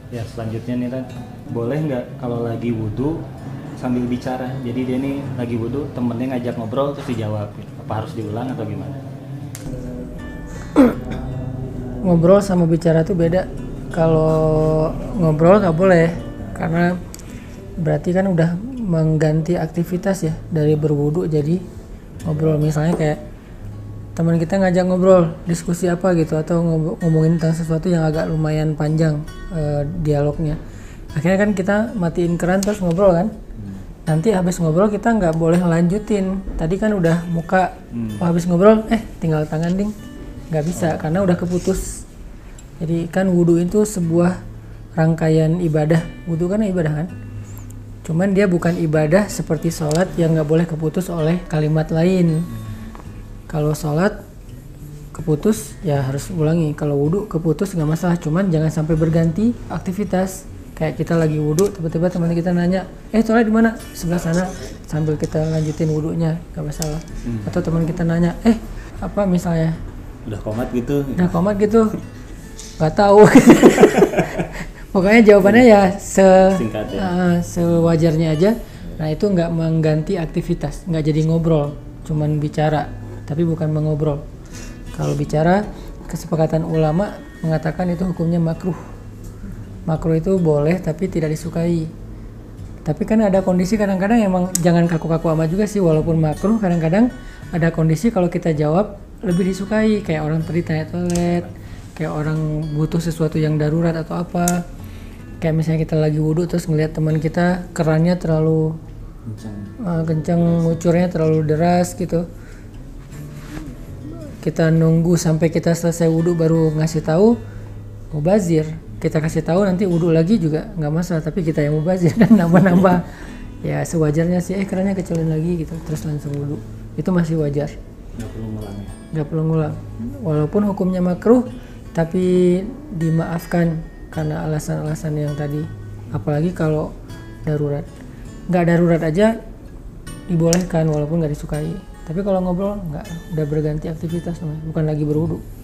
Ya selanjutnya nih kan, boleh nggak kalau lagi wudhu sambil bicara? Jadi dia nih lagi wudhu, temennya ngajak ngobrol terus dijawab. Gitu. Apa harus diulang atau gimana? Ngobrol sama bicara tuh beda. Kalau ngobrol nggak boleh, karena berarti kan udah mengganti aktivitas ya, dari berwudu jadi ngobrol. Misalnya kayak teman kita ngajak ngobrol diskusi apa gitu, atau ngomongin tentang sesuatu yang agak lumayan panjang dialognya, akhirnya kan kita matiin keran terus ngobrol kan. Nanti habis ngobrol kita nggak boleh lanjutin, tadi kan udah muka. Habis ngobrol tinggal tangan ding, nggak bisa karena udah keputus. Jadi kan wudhu itu sebuah rangkaian ibadah. Wudhu kan ibadah kan, cuman dia bukan ibadah seperti sholat yang nggak boleh keputus oleh kalimat lain. Kalau sholat keputus ya harus ulangi. Kalau wudhu keputus nggak masalah, cuman jangan sampai berganti aktivitas. Kayak kita lagi wudhu, tiba-tiba teman kita nanya, toilet di mana? Sebelah sana, sambil kita lanjutin wudhunya, nggak masalah. Atau teman kita nanya, apa misalnya? Udah komat gitu? Udah komat gitu? Nggak tahu. Pokoknya jawabannya ya singkat ya? Sewajarnya aja. Nah itu nggak mengganti aktivitas, nggak jadi ngobrol, cuman bicara, tapi bukan mengobrol. Kalau bicara, kesepakatan ulama mengatakan itu hukumnya makruh. Makruh itu boleh tapi tidak disukai. Tapi kan ada kondisi kadang-kadang emang jangan kaku-kaku amat juga sih, walaupun makruh kadang-kadang ada kondisi kalau kita jawab lebih disukai, kayak orang tadi tanya toilet, kayak orang butuh sesuatu yang darurat atau apa. Kayak misalnya kita lagi wudhu terus ngelihat teman kita kerannya terlalu kencang, ngucurnya terlalu deras gitu. Kita nunggu sampai kita selesai wudhu baru ngasih tahu, mubazir. Kita kasih tahu nanti wudhu lagi juga nggak masalah, tapi kita yang mubazir kan nambah-nambah. Ya sewajarnya sih, kerannya kecilin lagi gitu, terus langsung wudhu. Itu masih wajar. Nggak perlu ngulang ya? Nggak perlu ngulang. Walaupun hukumnya makruh, tapi dimaafkan karena alasan-alasan yang tadi. Apalagi kalau darurat. Nggak darurat aja dibolehkan walaupun nggak disukai. Tapi kalau ngobrol nggak, udah berganti aktivitas namanya, bukan lagi berwudu.